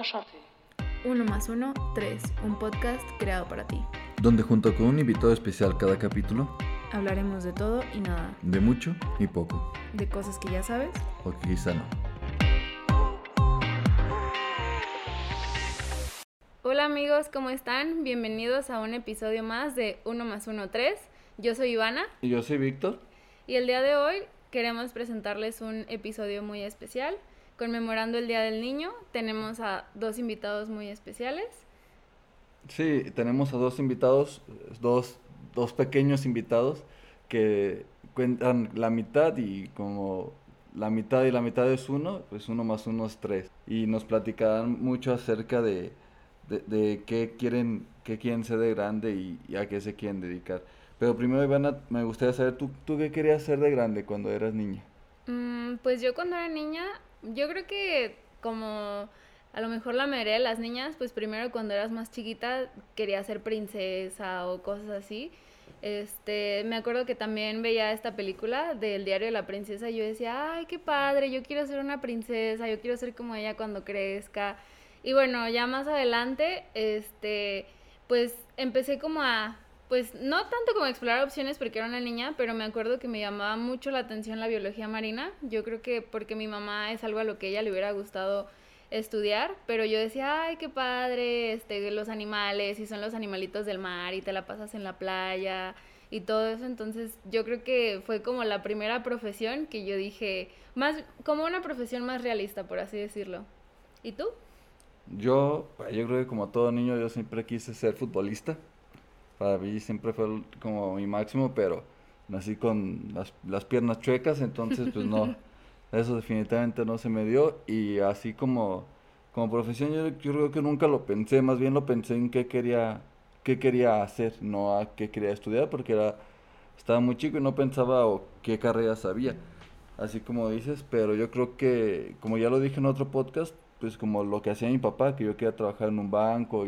Enchanté. 1 más 1, 3, un podcast creado para ti. Donde junto con un invitado especial cada capítulo, Hablaremos de todo y nada, de mucho y poco, de cosas que ya sabes. o que quizá no. Hola amigos, ¿cómo están? Bienvenidos a un episodio más de 1 más 1, 3. Yo soy Ivana Y yo soy Víctor. y el día de hoy queremos presentarles un episodio muy especial. Conmemorando el Día del Niño, tenemos a 2 invitados muy especiales. Sí, tenemos a dos invitados, dos pequeños invitados que cuentan la mitad y como la mitad y la mitad es uno, pues 1 más 1 es 3. Y nos platicarán mucho acerca de qué quieren ser de grande y a qué se quieren dedicar. Pero primero, Ivana, me gustaría saber, ¿tú qué querías ser de grande cuando eras niña? Pues yo cuando era niña, yo creo que como a lo mejor la mayoría de las niñas, pues primero cuando eras más chiquita quería ser princesa o cosas así. Me acuerdo que también veía esta película del Diario de la Princesa y yo decía, ay, qué padre, yo quiero ser una princesa, yo quiero ser como ella cuando crezca. Y bueno, ya más adelante, pues empecé como a, pues no tanto como a explorar opciones porque era una niña, pero me acuerdo que me llamaba mucho la atención la biología marina. Yo creo que porque mi mamá es algo a lo que a ella le hubiera gustado estudiar, pero yo decía, ay, qué padre, los animales, y son los animalitos del mar, y te la pasas en la playa, y todo eso. Entonces yo creo que fue como la primera profesión que yo dije, más, como una profesión más realista, por así decirlo. ¿Y tú? Yo creo que como todo niño yo siempre quise ser futbolista. Para mí siempre fue como mi máximo, pero nací con las piernas chuecas, entonces pues no, eso definitivamente no se me dio. Y así como profesión yo creo que nunca lo pensé, más bien lo pensé en qué quería hacer, no a qué quería estudiar, porque estaba muy chico y no pensaba o qué carreras había, así como dices. Pero yo creo que, como ya lo dije en otro podcast, pues como lo que hacía mi papá, que yo quería trabajar en un banco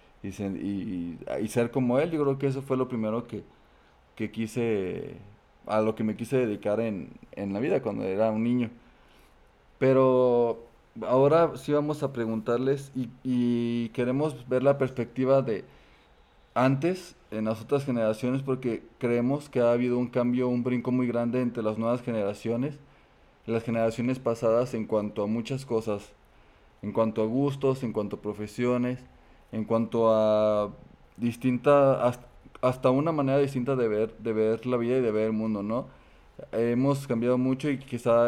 y ser como él. Yo creo que eso fue lo primero que quise, a lo que me quise dedicar en la vida cuando era un niño. Pero ahora sí vamos a preguntarles y queremos ver la perspectiva de antes en las otras generaciones, porque creemos que ha habido un cambio, un brinco muy grande entre las nuevas generaciones y las generaciones pasadas en cuanto a muchas cosas, en cuanto a gustos, en cuanto a profesiones, en cuanto a hasta una manera distinta de ver la vida y de ver el mundo, ¿no? Hemos cambiado mucho y quizá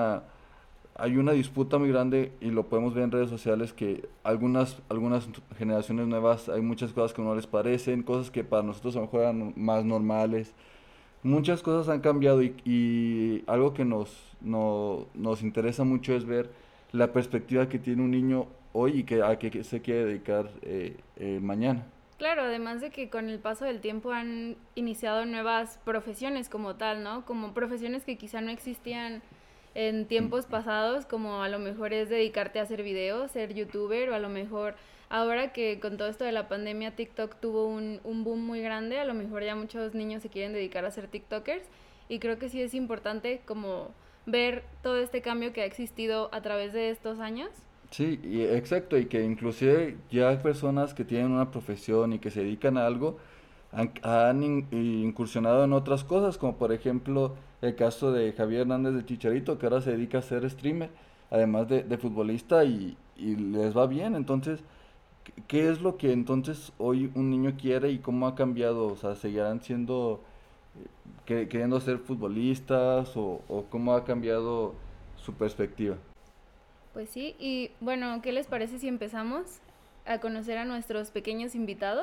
hay una disputa muy grande y lo podemos ver en redes sociales, que algunas generaciones nuevas hay muchas cosas que no les parecen, cosas que para nosotros a lo mejor eran más normales. Muchas cosas han cambiado y algo que nos interesa mucho es ver la perspectiva que tiene un niño hoy y a qué se quiere dedicar mañana. Claro, además de que con el paso del tiempo han iniciado nuevas profesiones como tal, ¿no? Como profesiones que quizá no existían en tiempos pasados, como a lo mejor es dedicarte a hacer videos, ser youtuber, o a lo mejor ahora que con todo esto de la pandemia TikTok tuvo un boom muy grande, a lo mejor ya muchos niños se quieren dedicar a ser TikTokers, y creo que sí es importante como ver todo este cambio que ha existido a través de estos años. Sí, exacto, y que inclusive ya hay personas que tienen una profesión y que se dedican a algo, han incursionado en otras cosas, como por ejemplo el caso de Javier Hernández de Chicharito, que ahora se dedica a ser streamer, además de futbolista, y les va bien. Entonces, ¿qué es lo que entonces hoy un niño quiere y cómo ha cambiado? O sea, ¿seguirán siendo, queriendo ser futbolistas o cómo ha cambiado su perspectiva? Pues sí, y bueno, ¿qué les parece si empezamos a conocer a nuestros pequeños invitados?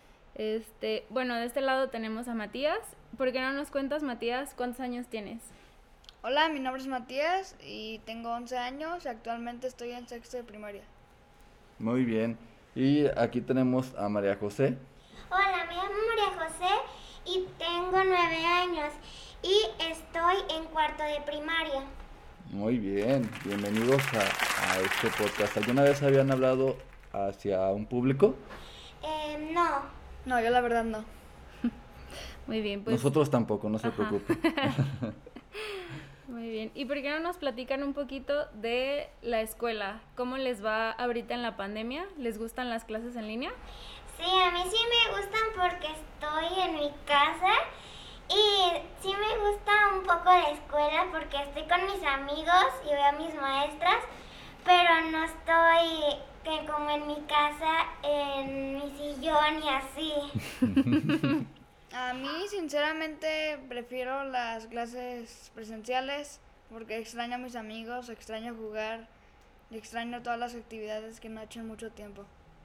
Bueno, de este lado tenemos a Matías. ¿Por qué no nos cuentas, Matías, cuántos años tienes? Hola, mi nombre es Matías y tengo 11 años. Actualmente estoy en sexto de primaria. Muy bien. Y aquí tenemos a María José. Hola, me llamo María José y tengo 9 años y estoy en cuarto de primaria. Muy bien, bienvenidos a este podcast. ¿Alguna vez habían hablado hacia un público? No. No, yo la verdad no. Muy bien, pues... Nosotros tampoco, no se Ajá. preocupen. Muy Muy bien. ¿Y por qué no nos platican un poquito de la escuela? ¿Cómo les va ahorita en la pandemia? ¿Les gustan las clases en línea? Sí, a mí sí me gustan porque estoy en mi casa y sí me gusta un poco la escuela porque estoy con mis amigos y veo a mis maestras, pero no estoy como en mi casa, en mi sillón y así. A mí, sinceramente, prefiero las clases presenciales porque extraño a mis amigos, extraño jugar y extraño todas las actividades que no he hecho en mucho tiempo.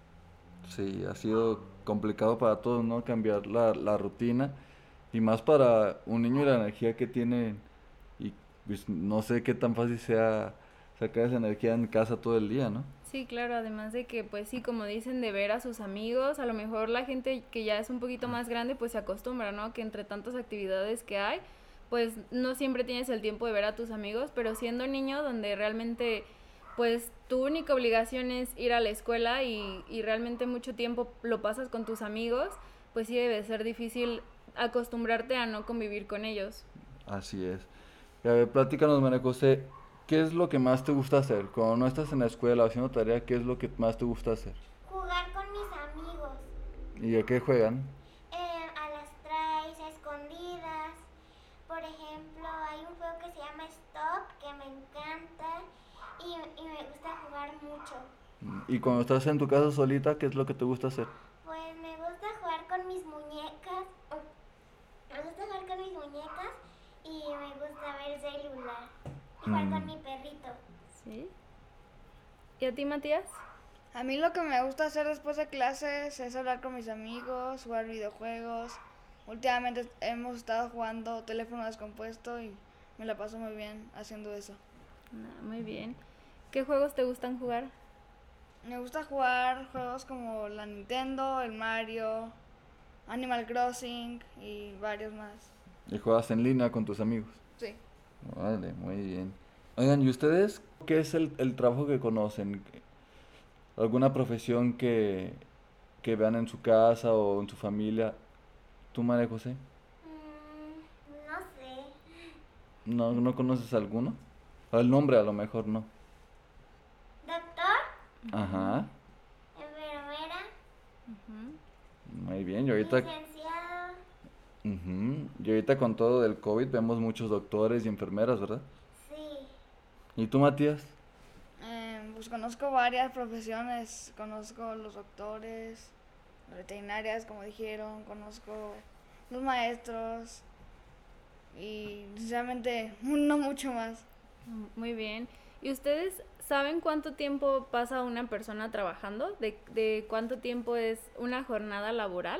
Sí, ha sido complicado para todos, ¿no? Cambiar la rutina y más para un niño y la energía que tiene y pues no sé qué tan fácil sea sacar esa energía en casa todo el día, ¿no? Sí, claro, además de que, pues sí, como dicen, de ver a sus amigos, a lo mejor la gente que ya es un poquito más grande, pues se acostumbra, ¿no? Que entre tantas actividades que hay, pues no siempre tienes el tiempo de ver a tus amigos, pero siendo niño, donde realmente, pues tu única obligación es ir a la escuela y realmente mucho tiempo lo pasas con tus amigos, pues sí debe ser difícil acostumbrarte a no convivir con ellos. Así es. Y a ver, platícanos, María José, ¿qué es lo que más te gusta hacer? Cuando no estás en la escuela haciendo tarea, ¿qué es lo que más te gusta hacer? Jugar con mis amigos. ¿Y a qué juegan? A las traes, a escondidas. Por ejemplo, hay un juego que se llama Stop, que me encanta y me gusta jugar mucho. Y cuando estás en tu casa solita, ¿qué es lo que te gusta hacer? Pues me gusta jugar con mis muñecas. Me gusta jugar con mis muñecas y me gusta ver el celular. Y jugar con mi perrito. ¿Sí? ¿Y a ti, Matías? A mí lo que me gusta hacer después de clases es hablar con mis amigos, jugar videojuegos. Últimamente hemos estado jugando teléfono descompuesto y me la paso muy bien haciendo eso. Muy bien. ¿Qué juegos te gustan jugar? Me gusta jugar juegos como la Nintendo, el Mario, Animal Crossing y varios más. ¿Y juegas en línea con tus amigos? Sí. Vale, muy bien. Oigan, ¿y ustedes qué es el trabajo que conocen? ¿Alguna profesión que vean en su casa o en su familia? ¿Tú, María José? No sé. ¿No conoces alguno? El nombre a lo mejor no. Doctor, Ajá, enfermera, muy bien. Y ahorita, licenciado. y ahorita con todo del COVID vemos muchos doctores y enfermeras, ¿verdad? Sí. ¿Y tú, Matías? Pues conozco varias profesiones. Conozco los doctores, las veterinarias, como dijeron. Conozco los maestros y sinceramente no mucho más. Muy bien. ¿Y ustedes saben cuánto tiempo pasa una persona trabajando? ¿De cuánto tiempo es una jornada laboral?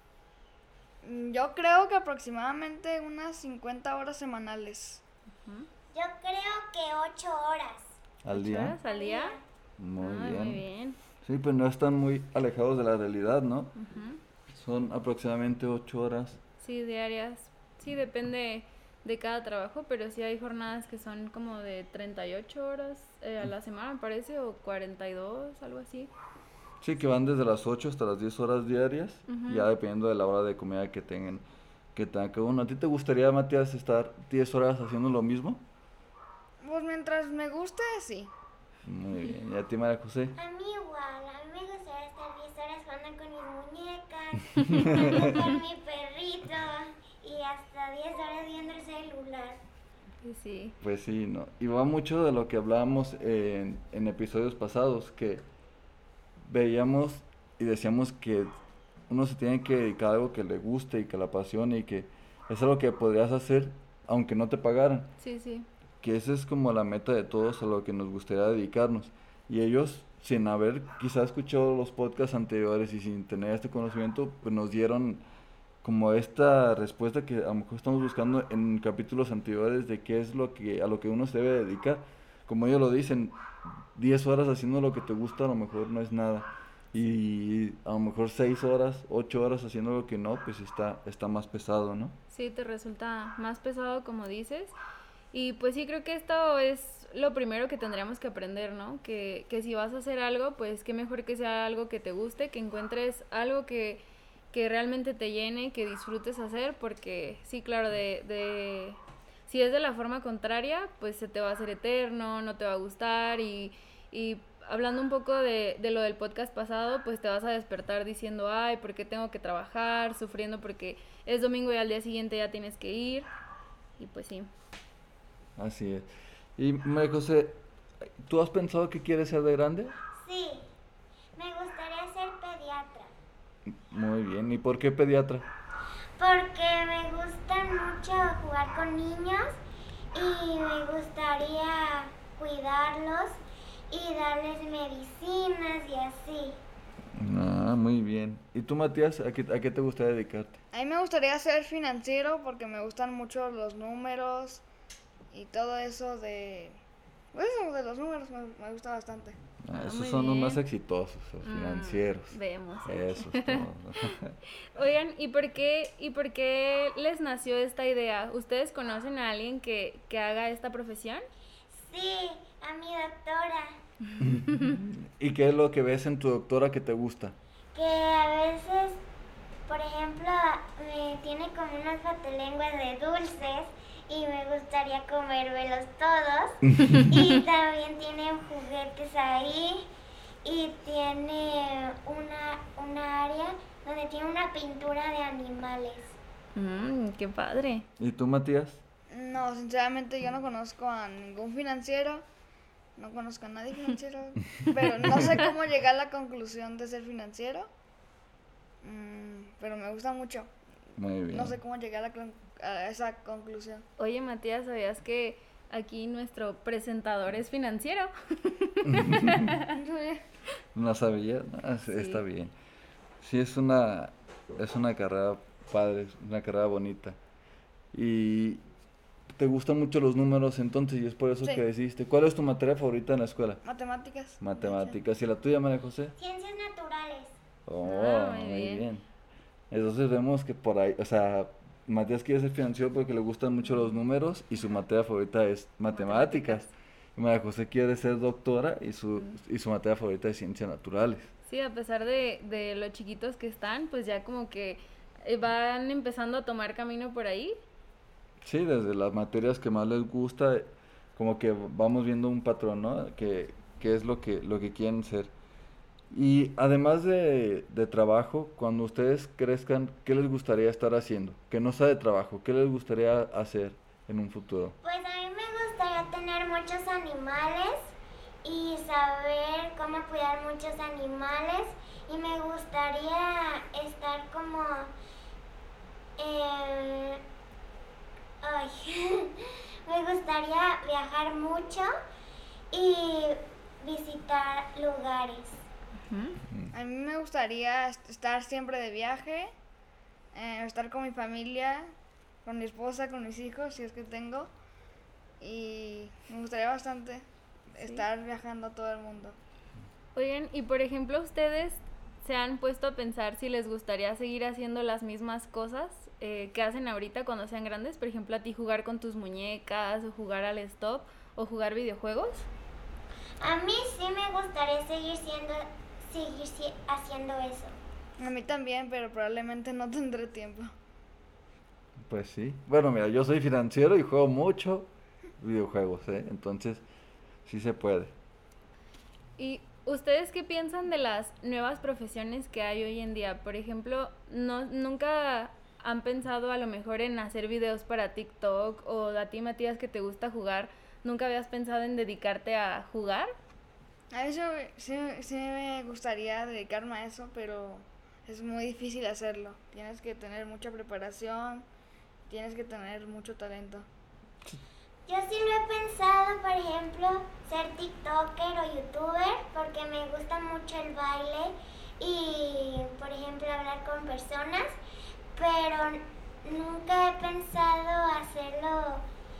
Yo creo que aproximadamente unas 50 horas semanales. Yo creo que 8 horas. ¿Al 8 día? horas al día? Muy Ay, bien. muy bien. Sí, pues no están muy alejados de la realidad, ¿no? Son aproximadamente 8 horas. Sí, diarias. Sí, depende de cada trabajo, pero sí hay jornadas que son como de 38 horas a la semana, me parece, o 42, algo así. Sí, que van desde las 8 hasta las 10 horas diarias, ya dependiendo de la hora de comida que tengan cada uno. ¿A ti te gustaría, Matías, estar 10 horas haciendo lo mismo? Pues mientras me guste, sí. Muy bien. ¿Y a ti, María José? A mí igual, a mí me gustaría estar 10 horas jugando con mis muñecas, jugando con mi perrito y hasta 10 horas viendo el celular. Sí. Pues sí, ¿no? Y va mucho de lo que hablábamos en episodios pasados, que veíamos y decíamos que uno se tiene que dedicar a algo que le guste y que le apasione y que es algo que podrías hacer aunque no te pagaran. Sí, sí. Que esa es como la meta de todos a lo que nos gustaría dedicarnos. Y ellos, sin haber quizás escuchado los podcasts anteriores y sin tener este conocimiento, pues nos dieron como esta respuesta que a lo mejor estamos buscando en capítulos anteriores de qué es a lo que uno se debe dedicar. Como ellos lo dicen, 10 horas haciendo lo que te gusta a lo mejor no es nada. Y a lo mejor 6 horas, 8 horas haciendo lo que no, pues está más pesado, ¿no? Sí, te resulta más pesado, como dices. Y pues sí, creo que esto es lo primero que tendríamos que aprender, ¿no? Que si vas a hacer algo, pues qué mejor que sea algo que te guste, que encuentres algo que realmente te llene, que disfrutes hacer, porque sí, claro, Si es de la forma contraria, pues se te va a hacer eterno, no te va a gustar y hablando un poco de lo del podcast pasado, pues te vas a despertar diciendo, ay, ¿por qué tengo que trabajar? Sufriendo porque es domingo y al día siguiente ya tienes que ir. Y pues sí. Así es. Y María José, ¿tú has pensado qué quieres ser de grande? Sí, me gustaría ser pediatra. Muy bien. ¿Y por qué pediatra? Porque me gusta mucho jugar con niños y me gustaría cuidarlos y darles medicinas y así. Ah, muy bien. ¿Y tú, Matías, a qué te gustaría dedicarte? A mí me gustaría ser financiero porque me gustan mucho los números y todo eso de... Pues eso de los números me gusta bastante. Esos muy son los bien. más exitosos, los financieros. Vemos. Eso es todo. Oigan, ¿y por qué les nació esta idea? ¿Ustedes conocen a alguien que haga esta profesión? Sí, a mi doctora, ¿Y qué es lo que ves en tu doctora que te gusta? que a veces, por ejemplo, me tiene como unas batelenguas de dulces y me gustaría comérmelos todos. Y también tiene juguetes ahí y tiene una área donde tiene una pintura de animales. Qué padre. ¿Y tú, Matías? No, sinceramente yo no conozco a ningún financiero, no conozco a nadie financiero, pero no sé cómo llegar a la conclusión de ser financiero, pero me gusta mucho. Muy bien. No sé cómo llegar a esa conclusión. Oye, Matías, ¿sabías que aquí nuestro presentador es financiero? ¿No sabía? No, Sí. Está bien. Sí, es una carrera padre, es una carrera bonita. Y te gustan mucho los números entonces y es por eso Sí. que decidiste. ¿Cuál es tu materia favorita en la escuela? Matemáticas. Matemáticas. ¿Y la tuya, María José? Ciencias naturales. Oh, muy muy bien. bien. Entonces vemos que por ahí, o sea, Matías quiere ser financiero porque le gustan mucho los números y su materia favorita es matemáticas. Y María José quiere ser doctora y su materia favorita es ciencias naturales. Sí, a pesar de lo chiquitos que están, pues ya como que van empezando a tomar camino por ahí. Sí, desde las materias que más les gusta, como que vamos viendo un patrón, ¿no? Que es lo que quieren ser. Y además de trabajo, cuando ustedes crezcan, ¿qué les gustaría estar haciendo? Que no sea de trabajo, ¿qué les gustaría hacer en un futuro? Pues a mí me gustaría tener muchos animales y saber cómo cuidar muchos animales y me gustaría estar como... me gustaría viajar mucho y visitar lugares. A mí me gustaría estar siempre de viaje, estar con mi familia, con mi esposa, con mis hijos, si es que tengo. Y me gustaría bastante estar viajando a todo el mundo. Oigan, y por ejemplo, ¿ustedes se han puesto a pensar si les gustaría seguir haciendo las mismas cosas que hacen ahorita cuando sean grandes? Por ejemplo, a ti jugar con tus muñecas, o jugar al stop, o jugar videojuegos. A mí sí me gustaría seguir haciendo eso. A mí también, pero probablemente no tendré tiempo. Pues sí. Bueno, mira, yo soy financiero y juego mucho videojuegos, ¿eh? Entonces, sí se puede. ¿Y ustedes qué piensan de las nuevas profesiones que hay hoy en día? Por ejemplo, ¿nunca han pensado a lo mejor en hacer videos para TikTok? O a ti, Matías, que te gusta jugar, ¿nunca habías pensado en dedicarte a jugar? A eso sí me gustaría dedicarme a eso, pero es muy difícil hacerlo. Tienes que tener mucha preparación, tienes que tener mucho talento. Yo sí lo he pensado, por ejemplo, ser TikToker o YouTuber, porque me gusta mucho el baile y, por ejemplo, hablar con personas, pero nunca he pensado hacerlo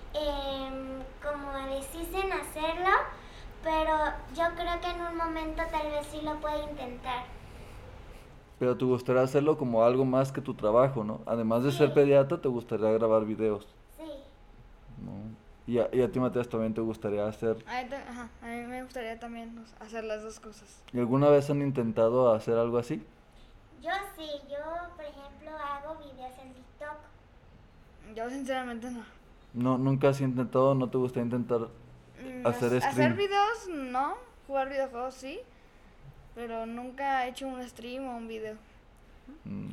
como decisen hacerlo, pero yo creo que en un momento tal vez sí lo pueda intentar. Pero te gustaría hacerlo como algo más que tu trabajo, ¿no? Además de ser Sí. pediatra, te gustaría grabar videos, Sí. ¿no? Y a ti, Matías, también te gustaría hacer... A mí me gustaría también hacer las dos cosas. ¿Y alguna vez han intentado hacer algo así? Yo sí, yo por ejemplo hago videos en TikTok. Yo sinceramente no. No, nunca has intentado, no te gusta intentar hacer Hacer stream. videos, no. Jugar videojuegos, sí. Pero nunca he hecho un stream o un video. Mm.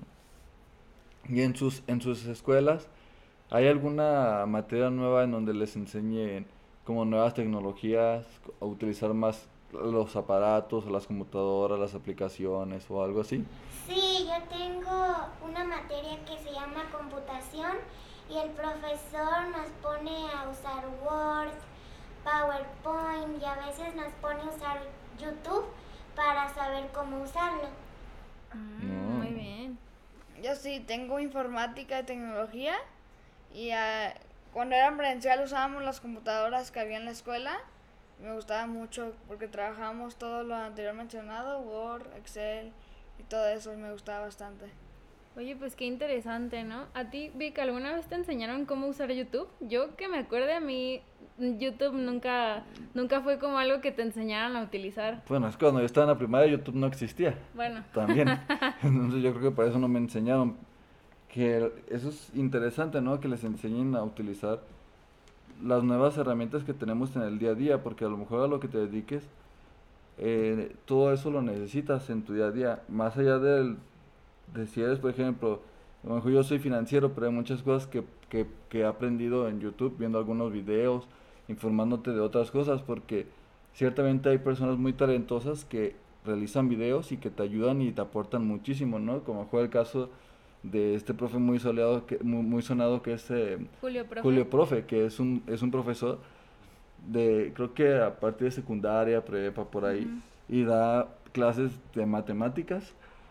Y en sus escuelas, ¿hay alguna materia nueva en donde les enseñen como nuevas tecnologías, a utilizar más los aparatos, las computadoras, las aplicaciones o algo así? Sí, yo tengo una materia que se llama computación y el profesor nos pone a usar Word, PowerPoint y a veces nos pone a usar YouTube para saber cómo usarlo. No. Muy bien. Yo sí, tengo informática y tecnología. Y cuando era en presencial usábamos las computadoras que había en la escuela. Me gustaba mucho porque trabajábamos todo lo anterior mencionado, Word, Excel y todo eso, y me gustaba bastante. Oye, pues qué interesante, ¿no? ¿A ti, Vic, alguna vez te enseñaron cómo usar YouTube? Yo que me acuerde, a mí YouTube nunca fue como algo que te enseñaran a utilizar. Bueno, es que cuando yo estaba en la primaria YouTube no existía Bueno, también. Entonces yo creo que por eso no me enseñaron. Que eso es interesante, ¿no? Que les enseñen a utilizar las nuevas herramientas que tenemos en el día a día, porque a lo mejor a lo que te dediques, todo eso lo necesitas en tu día a día. Más allá de si eres, por ejemplo, a lo mejor yo soy financiero, pero hay muchas cosas que he aprendido en YouTube, viendo algunos videos, informándote de otras cosas, porque ciertamente hay personas muy talentosas que realizan videos y que te ayudan y te aportan muchísimo, ¿no? Como fue el caso de este profe muy soleado, muy sonado que es Julio, profe. Julio Profe, que es un profesor de, creo que a partir de secundaria, prepa, por ahí, y da clases de matemáticas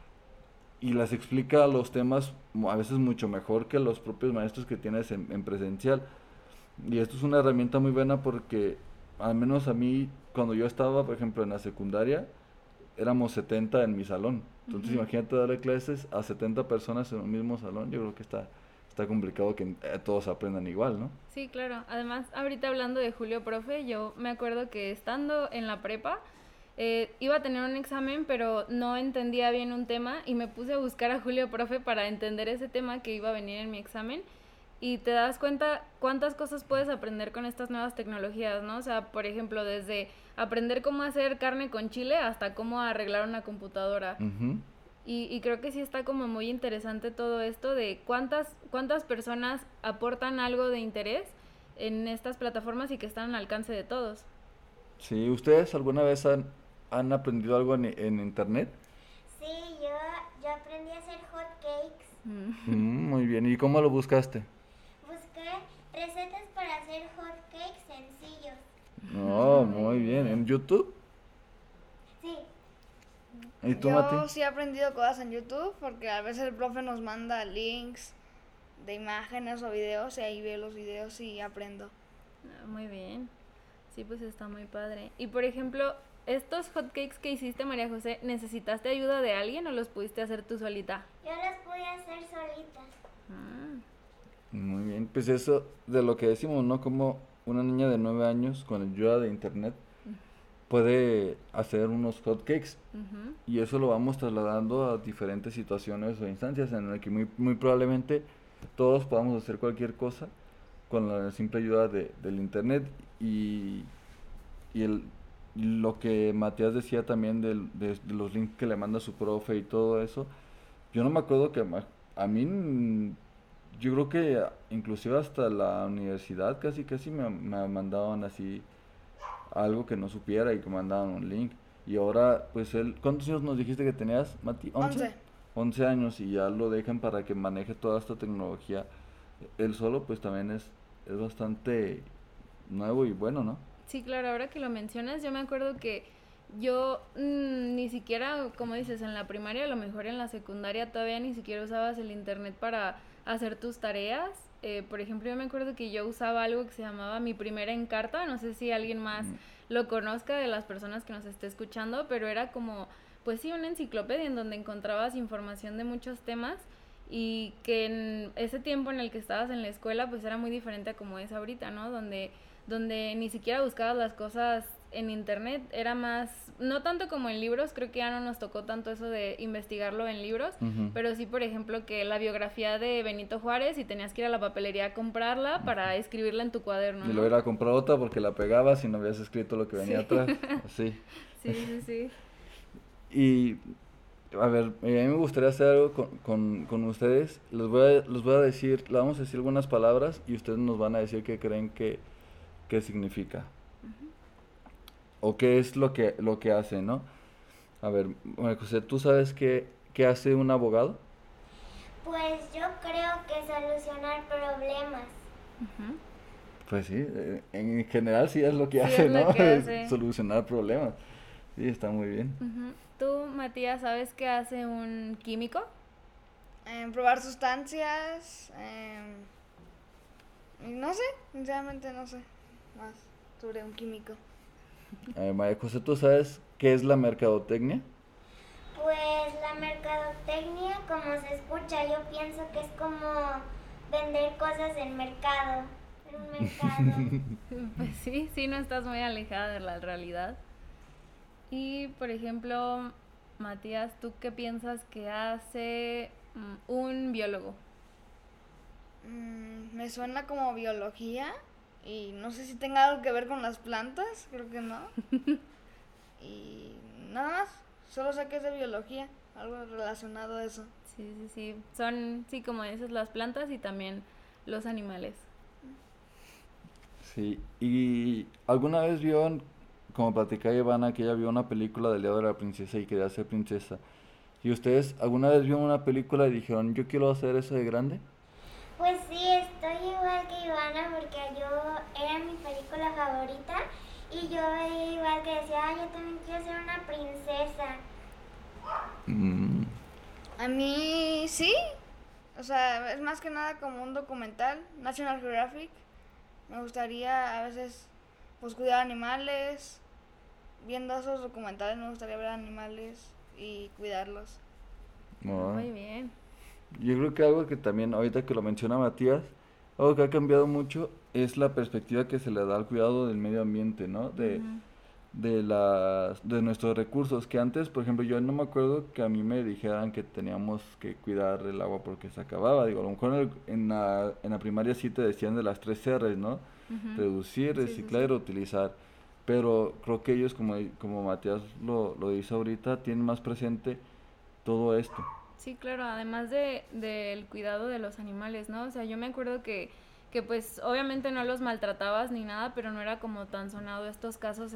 y las explica los temas a veces mucho mejor que los propios maestros que tienes en presencial. Y esto es una herramienta muy buena porque, al menos a mí, cuando yo estaba, por ejemplo, en la secundaria, éramos 70 en mi salón. Entonces, imagínate darle clases a 70 personas en un mismo salón. Yo creo que está complicado que todos aprendan igual, ¿no? Sí, claro. Además, ahorita hablando de Julio, profe, yo me acuerdo que estando en la prepa, iba a tener un examen, pero no entendía bien un tema y me puse a buscar a Julio, profe, para entender ese tema que iba a venir en mi examen. Y te das cuenta cuántas cosas puedes aprender con estas nuevas tecnologías, ¿no? O sea, por ejemplo, desde aprender cómo hacer carne con chile hasta cómo arreglar una computadora. Ujú. Y creo que sí está como muy interesante todo esto de cuántas personas aportan algo de interés en estas plataformas y que están al alcance de todos. Sí, ¿ustedes alguna vez han aprendido algo en internet? Sí, yo aprendí a hacer hot cakes. Muy bien, ¿y cómo lo buscaste? Busqué recetas para hacer hot cakes sencillos. No, muy bien, ¿en YouTube? Sí, ¿Y tú, Yo Mati? sí he aprendido cosas en YouTube porque a veces el profe nos manda links de imágenes o videos y ahí veo los videos y aprendo. Muy bien. Sí, pues está muy padre. Y por ejemplo, estos hotcakes que hiciste, María José, ¿necesitaste ayuda de alguien o los pudiste hacer tú solita? yo las pude hacer solitas. Muy bien, pues eso de lo que decimos, ¿no? Como una niña de 9 años con ayuda de internet puede hacer unos hotcakes y eso lo vamos trasladando a diferentes situaciones o instancias en las que muy probablemente todos podamos hacer cualquier cosa con la simple ayuda del internet y, y lo que Matías decía también de los links que le manda su profe y todo eso, yo no me acuerdo que a mí, yo creo que inclusive hasta la universidad casi me mandaban así algo que no supiera y que mandaban un link. Y ahora, pues él, ¿cuántos años nos dijiste que tenías, Mati? 11. 11 años y ya lo dejan para que maneje toda esta tecnología. Él solo, pues también es bastante nuevo y bueno, ¿no? Sí, claro, ahora que lo mencionas, yo me acuerdo que yo ni siquiera, como dices, en la primaria, a lo mejor en la secundaria todavía ni siquiera usabas el internet para hacer tus tareas. Por ejemplo, yo me acuerdo que yo usaba algo que se llamaba Mi Primera Encarta, no sé si alguien más lo conozca de las personas que nos esté escuchando, pero era como, pues sí, una enciclopedia en donde encontrabas información de muchos temas y que en ese tiempo en el que estabas en la escuela, pues era muy diferente a como es ahorita, ¿no? Donde ni siquiera buscabas las cosas en internet, era más, no tanto como en libros, creo que ya no nos tocó tanto eso de investigarlo en libros, pero sí, por ejemplo, que la biografía de Benito Juárez y tenías que ir a la papelería a comprarla para escribirla en tu cuaderno, Y ¿no? luego era a comprar otra porque la pegabas y no habías escrito lo que venía atrás, así. Sí. Y, a ver, a mí me gustaría hacer algo con ustedes. Les voy a decir, les vamos a decir algunas palabras y ustedes nos van a decir qué creen que significa. O qué es lo que hace, ¿no? A ver, María José, ¿tú sabes qué hace un abogado? Pues yo creo que solucionar problemas. Ujú. Pues sí, en general sí es lo que Sí, hace, es lo ¿no? que hace. Solucionar problemas. Sí, está muy bien. Ujú. ¿Tú, Matías, sabes qué hace un químico? Probar sustancias. Y no sé, sinceramente no sé más sobre un químico. A ver, María José, ¿tú sabes qué es la mercadotecnia? Pues la mercadotecnia, como se escucha, yo pienso que es como vender cosas en mercado, en un mercado. Pues sí, no estás muy alejada de la realidad. Y, por ejemplo, Matías, ¿tú qué piensas que hace un biólogo? Me suena como biología y no sé si tenga algo que ver con las plantas, creo que no. Y nada más, solo sé que es de biología, algo relacionado a eso. Sí. Son, sí, como dices, las plantas y también los animales. Sí, y alguna vez vio, como platicaba Ivana, que ella vio una película del Diario de la Princesa y quería ser princesa. ¿Y ustedes alguna vez vieron una película y dijeron, yo quiero hacer eso de grande? Pues sí, estoy igual que Ivana porque yo era mi película favorita y yo veía igual que decía, yo también quiero ser una princesa. Mm, A mí sí, o sea, es más que nada como un documental, National Geographic. Me gustaría a veces pues cuidar animales, viendo esos documentales me gustaría ver animales y cuidarlos. no. Muy bien. Yo creo que algo que también, ahorita que lo menciona Matías, algo que ha cambiado mucho es la perspectiva que se le da al cuidado del medio ambiente, ¿no? Ujú. De nuestros recursos, que antes, por ejemplo, yo no me acuerdo que a mí me dijeran que teníamos que cuidar el agua porque se acababa. Digo, a lo mejor en la primaria sí te decían de las 3 R's, ¿no? Ujú. Reducir, reciclar y reutilizar. Pero creo que ellos, como Matías lo dice ahorita, tienen más presente todo esto. Sí, claro, además del cuidado de los animales, ¿no? O sea, yo me acuerdo que pues obviamente no los maltratabas ni nada, pero no era como tan sonado estos casos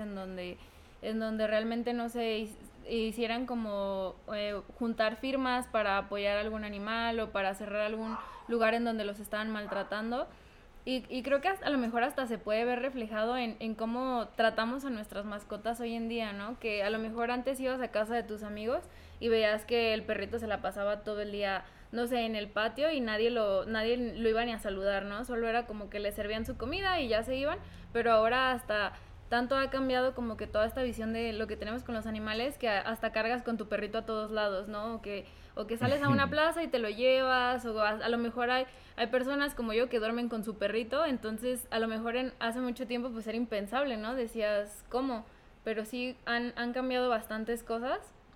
en donde realmente no se hicieran como juntar firmas para apoyar a algún animal o para cerrar algún lugar en donde los estaban maltratando. Y creo que a lo mejor hasta se puede ver reflejado en cómo tratamos a nuestras mascotas hoy en día, ¿no? Que a lo mejor antes ibas a casa de tus amigos y veías que el perrito se la pasaba todo el día, no sé, en el patio y nadie lo iba ni a saludar, ¿no? Solo era como que le servían su comida y ya se iban, pero ahora hasta tanto ha cambiado como que toda esta visión de lo que tenemos con los animales que hasta cargas con tu perrito a todos lados, ¿no? O que sales a una plaza y te lo llevas, o a lo mejor hay personas como yo que duermen con su perrito, entonces a lo mejor hace mucho tiempo pues era impensable, ¿no? Decías, ¿cómo? Pero sí han cambiado bastantes cosas.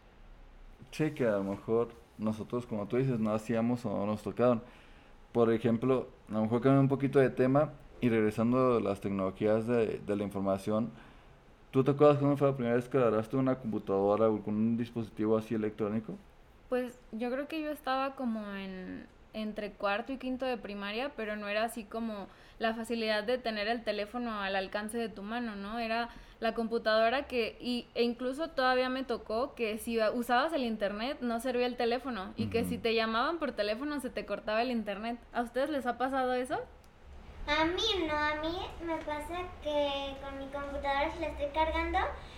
Sí, que a lo mejor nosotros, como tú dices, no hacíamos o no nos tocaron. Por ejemplo, a lo mejor cambiando un poquito de tema y regresando a las tecnologías de la información, ¿tú te acuerdas cuándo fue la primera vez que agarraste una computadora o con un dispositivo así electrónico? Pues yo creo que yo estaba como entre cuarto y quinto de primaria, pero no era así como la facilidad de tener el teléfono al alcance de tu mano, ¿no? Era la computadora e incluso todavía me tocó que si usabas el internet no servía el teléfono y que si te llamaban por teléfono se te cortaba el internet. ¿A ustedes les ha pasado eso? A mí no, a mí me pasa que con mi computadora si la estoy cargando,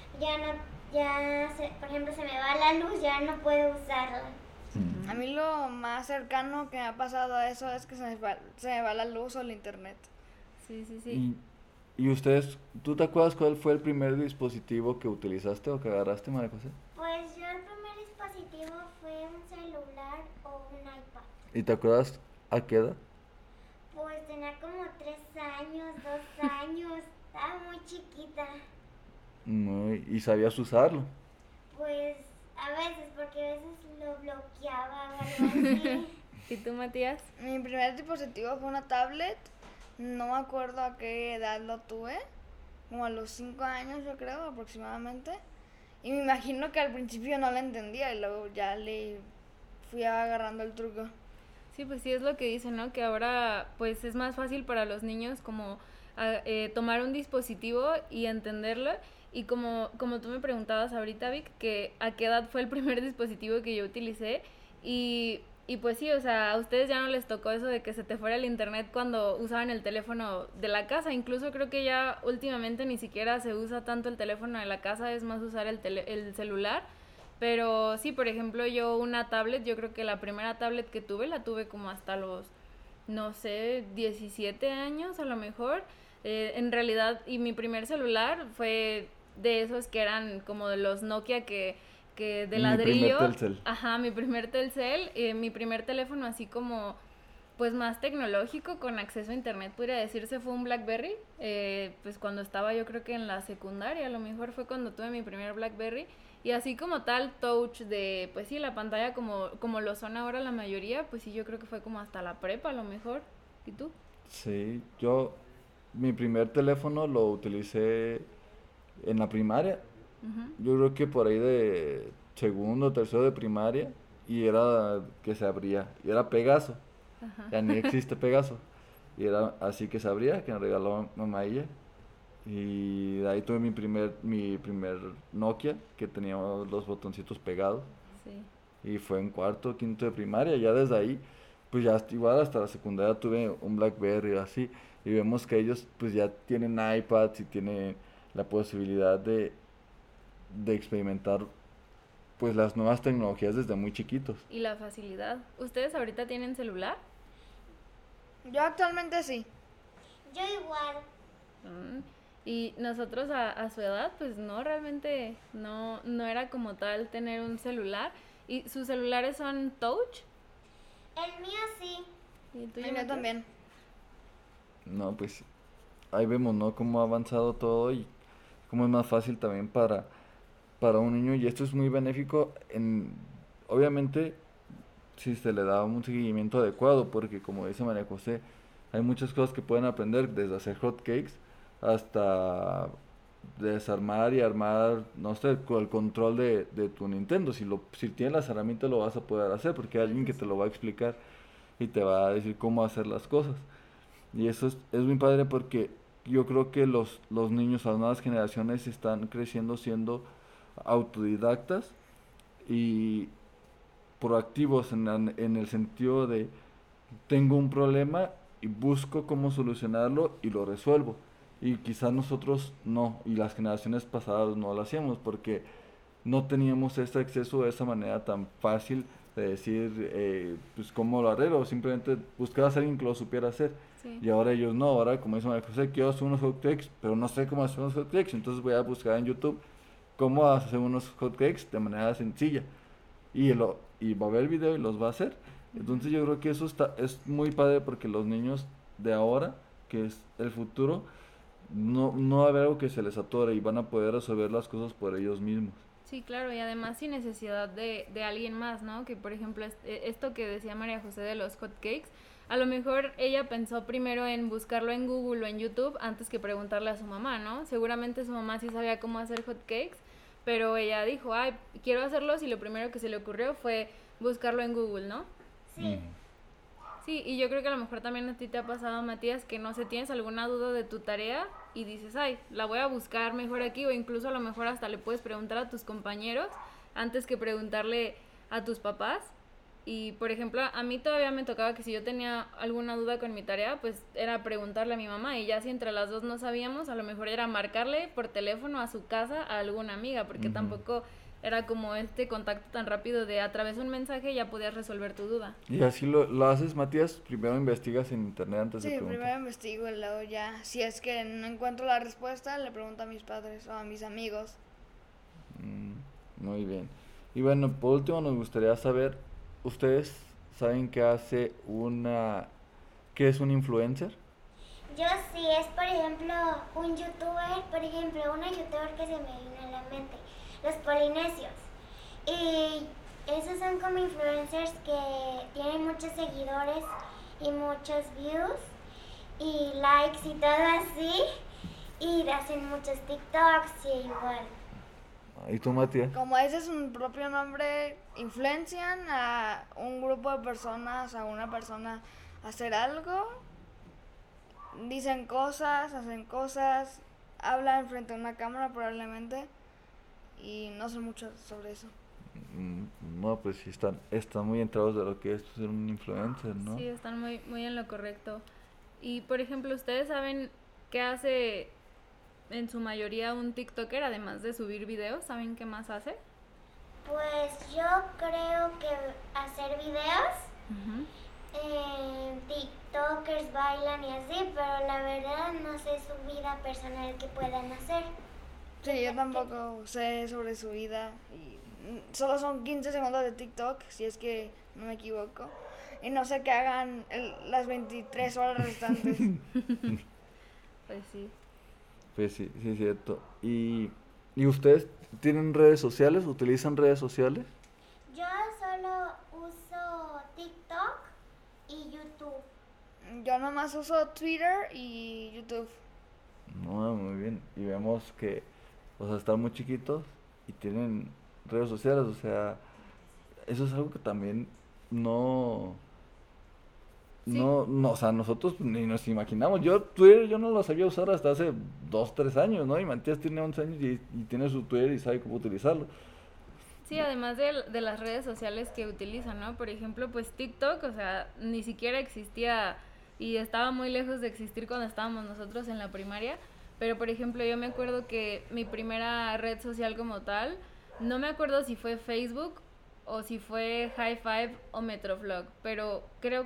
por ejemplo, se me va la luz, ya no puedo usarla. A mí lo más cercano que me ha pasado a eso es que se me va la luz o el internet. Sí. Y ustedes, ¿tú te acuerdas cuál fue el primer dispositivo que utilizaste o que agarraste, María José? Pues yo el primer dispositivo fue un celular o un iPad. ¿Y te acuerdas a qué edad? Pues tenía como 3 años, 2 años, estaba muy chiquita. No, y sabías usarlo. Pues a veces, porque a veces lo bloqueaba o algo así. ¿Y tú, Matías? Mi primer dispositivo fue una tablet. No me acuerdo a qué edad lo tuve. Como a los 5 años, yo creo, aproximadamente. Y me imagino que al principio no la entendía y luego ya le fui agarrando el truco. Sí, pues sí es lo que dicen, ¿no? Que ahora pues es más fácil para los niños como tomar un dispositivo y entenderlo. Y como tú me preguntabas ahorita, Vic, que a qué edad fue el primer dispositivo que yo utilicé. Y pues sí, o sea, a ustedes ya no les tocó eso de que se te fuera el internet cuando usaban el teléfono de la casa. Incluso creo que ya últimamente ni siquiera se usa tanto el teléfono de la casa, es más usar el celular. Pero sí, por ejemplo, yo una tablet, yo creo que la primera tablet que tuve, la tuve como hasta los, no sé, 17 años a lo mejor. En realidad, y mi primer celular fue de esos que eran como de los Nokia que de ladrillo. Mi primer Telcel. Ajá, mi primer Telcel, mi primer teléfono así como pues más tecnológico con acceso a internet, podría decirse, fue un BlackBerry. Pues cuando estaba yo creo que en la secundaria, a lo mejor fue cuando tuve mi primer BlackBerry. Y así como tal touch de, pues sí, la pantalla como lo son ahora la mayoría, pues sí, yo creo que fue como hasta la prepa a lo mejor. ¿Y tú? Sí, mi primer teléfono lo utilicé en la primaria. Yo creo que por ahí de segundo, tercero de primaria, y era que se abría, y era Pegaso. Ajá. Ya ni existe Pegaso. Y era así que se abría, que me regaló mamá ella. Y de ahí tuve mi primer Nokia, que tenía los botoncitos pegados. Sí. Y fue en cuarto, quinto de primaria. Ya desde ahí, pues ya igual hasta la secundaria tuve un BlackBerry así. Y vemos que ellos pues ya tienen iPads y tienen la posibilidad de experimentar pues las nuevas tecnologías desde muy chiquitos. Y la facilidad. ¿Ustedes ahorita tienen celular? Yo actualmente sí. Yo igual. Y nosotros a su edad, pues no, realmente no era como tal tener un celular. ¿Y sus celulares son touch? El mío sí. ¿Y tú, El mío Jonathan? también. No, pues ahí vemos, ¿no? Cómo ha avanzado todo y cómo es más fácil también para un niño. Y esto es muy benéfico obviamente, si se le da un seguimiento adecuado, porque como dice María José, hay muchas cosas que pueden aprender, desde hacer hot cakes hasta desarmar y armar, no sé, con el control de tu Nintendo. Si tienes las herramientas lo vas a poder hacer, porque hay alguien que te lo va a explicar y te va a decir cómo hacer las cosas. Y eso es muy padre porque yo creo que los niños, las nuevas generaciones están creciendo siendo autodidactas y proactivos en el sentido de tengo un problema y busco cómo solucionarlo y lo resuelvo. Y quizás nosotros no, y las generaciones pasadas no lo hacíamos porque no teníamos ese acceso de esa manera tan fácil de decir, pues cómo lo arreglo, simplemente buscabas a alguien que lo supiera hacer. Sí. Y ahora ellos no, ahora como dice María José, quiero hacer unos hotcakes, pero no sé cómo hacer unos hotcakes, entonces voy a buscar en YouTube cómo hacer unos hotcakes de manera sencilla. Y va a ver el video y los va a hacer. Entonces yo creo que eso es muy padre porque los niños de ahora, que es el futuro, no va a haber algo que se les atore y van a poder resolver las cosas por ellos mismos. Sí, claro, y además sin necesidad de alguien más, ¿no? Que por ejemplo esto que decía María José de los hotcakes, a lo mejor ella pensó primero en buscarlo en Google o en YouTube antes que preguntarle a su mamá, ¿no? Seguramente su mamá sí sabía cómo hacer hotcakes, pero ella dijo, ay, quiero hacerlos, y lo primero que se le ocurrió fue buscarlo en Google, ¿no? Sí. Sí, y yo creo que a lo mejor también a ti te ha pasado, Matías, que no sé, tienes alguna duda de tu tarea y dices, ay, la voy a buscar mejor aquí, o incluso a lo mejor hasta le puedes preguntar a tus compañeros antes que preguntarle a tus papás. Y por ejemplo, a mí todavía me tocaba que si yo tenía alguna duda con mi tarea, pues era preguntarle a mi mamá, y ya si entre las dos no sabíamos, a lo mejor era marcarle por teléfono a su casa a alguna amiga, porque tampoco era como este contacto tan rápido de a través de un mensaje ya podías resolver tu duda. Y así lo haces, Matías, primero investigas en internet antes de Sí, preguntar. primero investigo y luego ya, si es que no encuentro la respuesta, le pregunto a mis padres o a mis amigos. Muy bien. Y bueno, por último nos gustaría saber, ¿ustedes saben qué es un influencer? Yo sí, es por ejemplo un youtuber, por ejemplo, una youtuber que se me vino a la mente, los polinesios. Y esos son como influencers que tienen muchos seguidores y muchos views y likes y todo así. Y hacen muchos TikToks y igual. ¿Y tú, Matías? Como ese es un propio nombre, influencian a un grupo de personas, a una persona a hacer algo, dicen cosas, hacen cosas, hablan frente a una cámara probablemente y no sé mucho sobre eso. No, pues sí están muy entrados de lo que es ser un influencer, ¿no? Sí, están muy, muy en lo correcto. Y por ejemplo, ¿ustedes saben qué hace en su mayoría un TikToker además de subir videos? ¿Saben qué más hace? Pues yo creo que hacer videos, TikTokers bailan y así, pero la verdad no sé su vida personal que puedan hacer. Sí, yo tampoco sé sobre su vida y solo son 15 segundos de TikTok, si es que no me equivoco, y no sé qué hagan las 23 horas restantes. Pues sí. Pues sí, sí es cierto. ¿Y ustedes tienen redes sociales? ¿Utilizan redes sociales? Yo solo uso TikTok y YouTube. Yo nomás uso Twitter y YouTube. No, muy bien. Y vemos que, o sea, están muy chiquitos y tienen redes sociales, o sea, eso es algo que también no, Sí. no, o sea, nosotros ni nos imaginamos. Twitter yo no lo sabía usar hasta hace 2, 3 años, ¿no? Y Matías tiene 11 años y tiene su Twitter y sabe cómo utilizarlo. Sí, además de las redes sociales que utilizan, ¿no? Por ejemplo, pues TikTok, o sea, ni siquiera existía y estaba muy lejos de existir cuando estábamos nosotros en la primaria. Pero, por ejemplo, yo me acuerdo que mi primera red social como tal, no me acuerdo si fue Facebook o si fue High Five o Metroflog, pero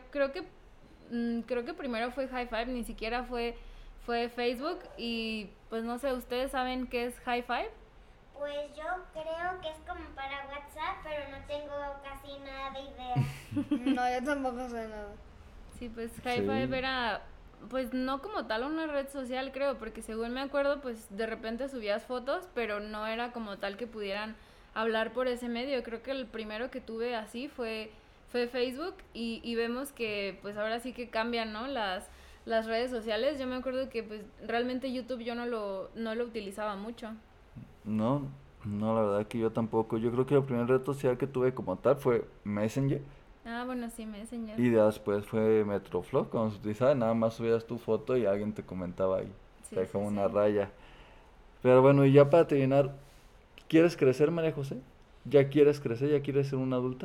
creo que primero fue High Five, ni siquiera fue Facebook. Y pues no sé, ¿ustedes saben qué es High Five? Pues yo creo que es como para WhatsApp, pero no tengo casi nada de idea. No, yo tampoco sé nada. Sí, pues High Sí. Five era, pues no como tal una red social, creo, porque según me acuerdo, pues de repente subías fotos, pero no era como tal que pudieran hablar por ese medio. Creo que el primero que tuve así fue Facebook y vemos que pues ahora sí que cambian, ¿no? Las redes sociales. Yo me acuerdo que pues realmente YouTube yo no lo utilizaba mucho. No, no, la verdad que yo tampoco. Yo creo que la primera red social que tuve como tal fue Messenger Ah, bueno, sí, Messenger. y después fue Metroflog, cuando se utilizaba, nada más subías tu foto y alguien te comentaba ahí, Sí, te dejaba sí, una sí. raya. Pero bueno, y ya para terminar, ¿quieres crecer, María José? ¿Ya quieres crecer? ¿Ya quieres ser una adulta?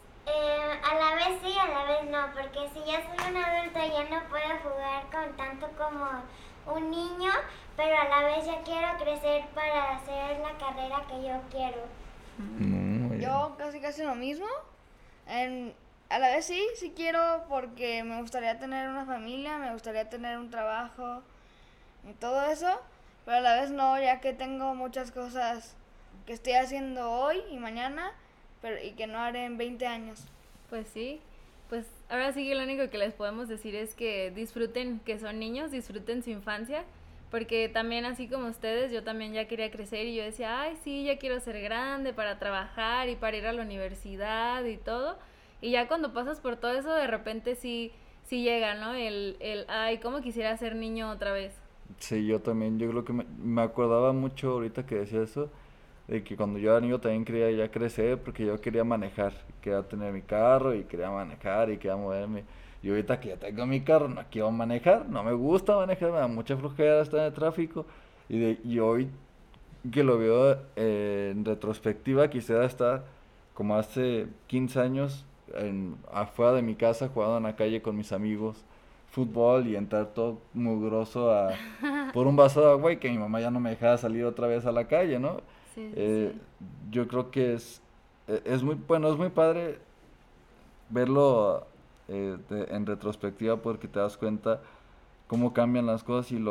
A la vez sí, a la vez no, porque si ya soy un adulto ya no puedo jugar con tanto como un niño, pero a la vez ya quiero crecer para hacer la carrera que yo quiero. Muy bien. Yo casi lo mismo. A la vez sí quiero porque me gustaría tener una familia, me gustaría tener un trabajo y todo eso, pero a la vez no, ya que tengo muchas cosas que estoy haciendo hoy y mañana, y que no haré en 20 años. Pues sí, pues ahora sí que lo único que les podemos decir es que disfruten que son niños, disfruten su infancia, porque también así como ustedes, yo también ya quería crecer y yo decía, ay sí, ya quiero ser grande para trabajar y para ir a la universidad y todo, y ya cuando pasas por todo eso de repente sí llega, ¿no? Ay, cómo quisiera ser niño otra vez. Sí, yo también, yo creo que me acordaba mucho ahorita que decía eso, de que cuando yo era niño también quería ya crecer porque yo quería manejar, quería tener mi carro y quería manejar y quería moverme. Y ahorita que ya tengo mi carro, no quiero manejar, no me gusta manejar, me da mucha flojera estar en el tráfico. Y hoy que lo veo en retrospectiva, quisiera estar como hace 15 años afuera de mi casa jugando en la calle con mis amigos fútbol y entrar todo mugroso por un vaso de agua y que mi mamá ya no me dejara salir otra vez a la calle, ¿no? Sí, sí, Eh, sí. yo creo que es muy, bueno, es muy padre verlo en retrospectiva porque te das cuenta cómo cambian las cosas y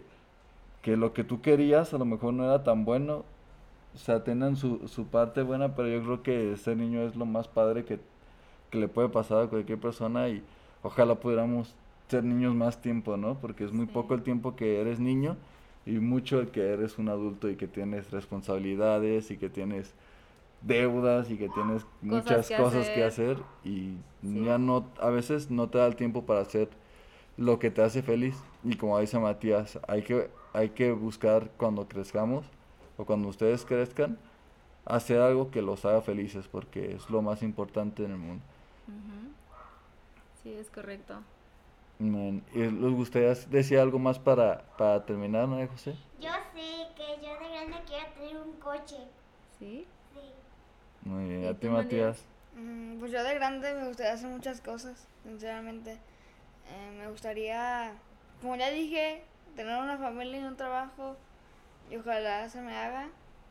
lo que tú querías a lo mejor no era tan bueno. O sea, tengan su parte buena, pero yo creo que ser niño es lo más padre que le puede pasar a cualquier persona y ojalá pudiéramos ser niños más tiempo, ¿no? Porque es muy Sí. poco el tiempo que eres niño y mucho el que eres un adulto y que tienes responsabilidades y que tienes deudas y que tienes muchas que cosas que hacer. hacer y Sí. ya no, a veces no te da el tiempo para hacer lo que te hace feliz. Y como dice Matías, hay que buscar cuando crezcamos o cuando ustedes crezcan, hacer algo que los haga felices porque es lo más importante en el mundo. Ujú. Sí, es correcto. ¿Y les gustaría decir algo más para terminar, María José? Yo sé que yo de grande quiero tener un coche. ¿Sí? Sí. Muy bien, ¿Y a ti, tú, Matías? Matías. Pues yo de grande me gustaría hacer muchas cosas, sinceramente. Me gustaría, como ya dije, tener una familia y un trabajo y ojalá se me haga.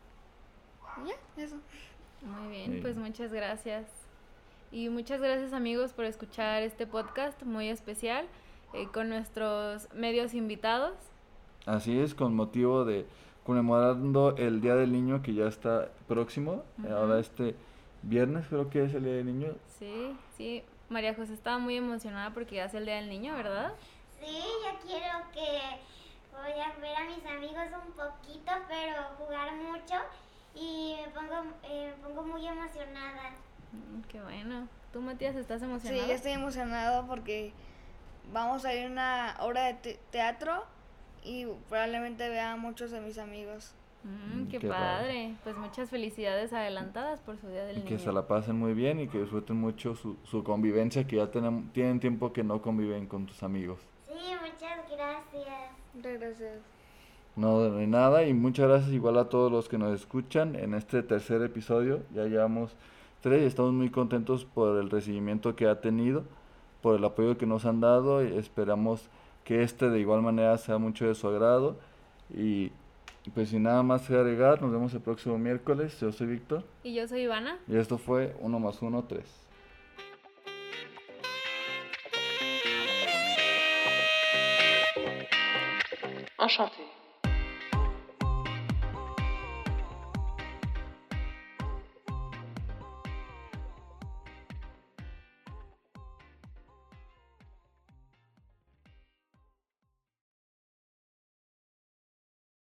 Y ya, eso. Muy bien, Sí. pues muchas gracias. Y muchas gracias amigos por escuchar este podcast muy especial con nuestros medios invitados. Así es, con motivo de conmemorando el Día del Niño que ya está próximo. Ahora este viernes creo que es el Día del Niño. Sí, sí. María José estaba muy emocionada porque ya es el Día del Niño, ¿verdad? Sí, yo quiero que voy a ver a mis amigos un poquito, pero jugar mucho y me pongo muy emocionada. Qué bueno. ¿Tú, Matías, estás Sí, emocionado? ya estoy emocionado porque vamos a ir a una obra de teatro y probablemente vea a muchos de mis amigos. Qué Qué padre. Pues muchas felicidades adelantadas por su Día del Y que Niño. se la pasen muy bien y que disfruten mucho su convivencia, que ya tienen tiempo que no conviven con tus amigos. Sí, muchas gracias. Muchas gracias. No, de nada, y muchas gracias igual a todos los que nos escuchan en este tercer episodio. Ya llevamos 3 y estamos muy contentos por el recibimiento que ha tenido, por el apoyo que nos han dado y esperamos que este de igual manera sea mucho de su agrado. Y pues sin nada más que agregar, nos vemos el próximo miércoles. Yo soy Víctor Y yo soy Ivana. y esto fue 1 más 1, 3. Enchanté.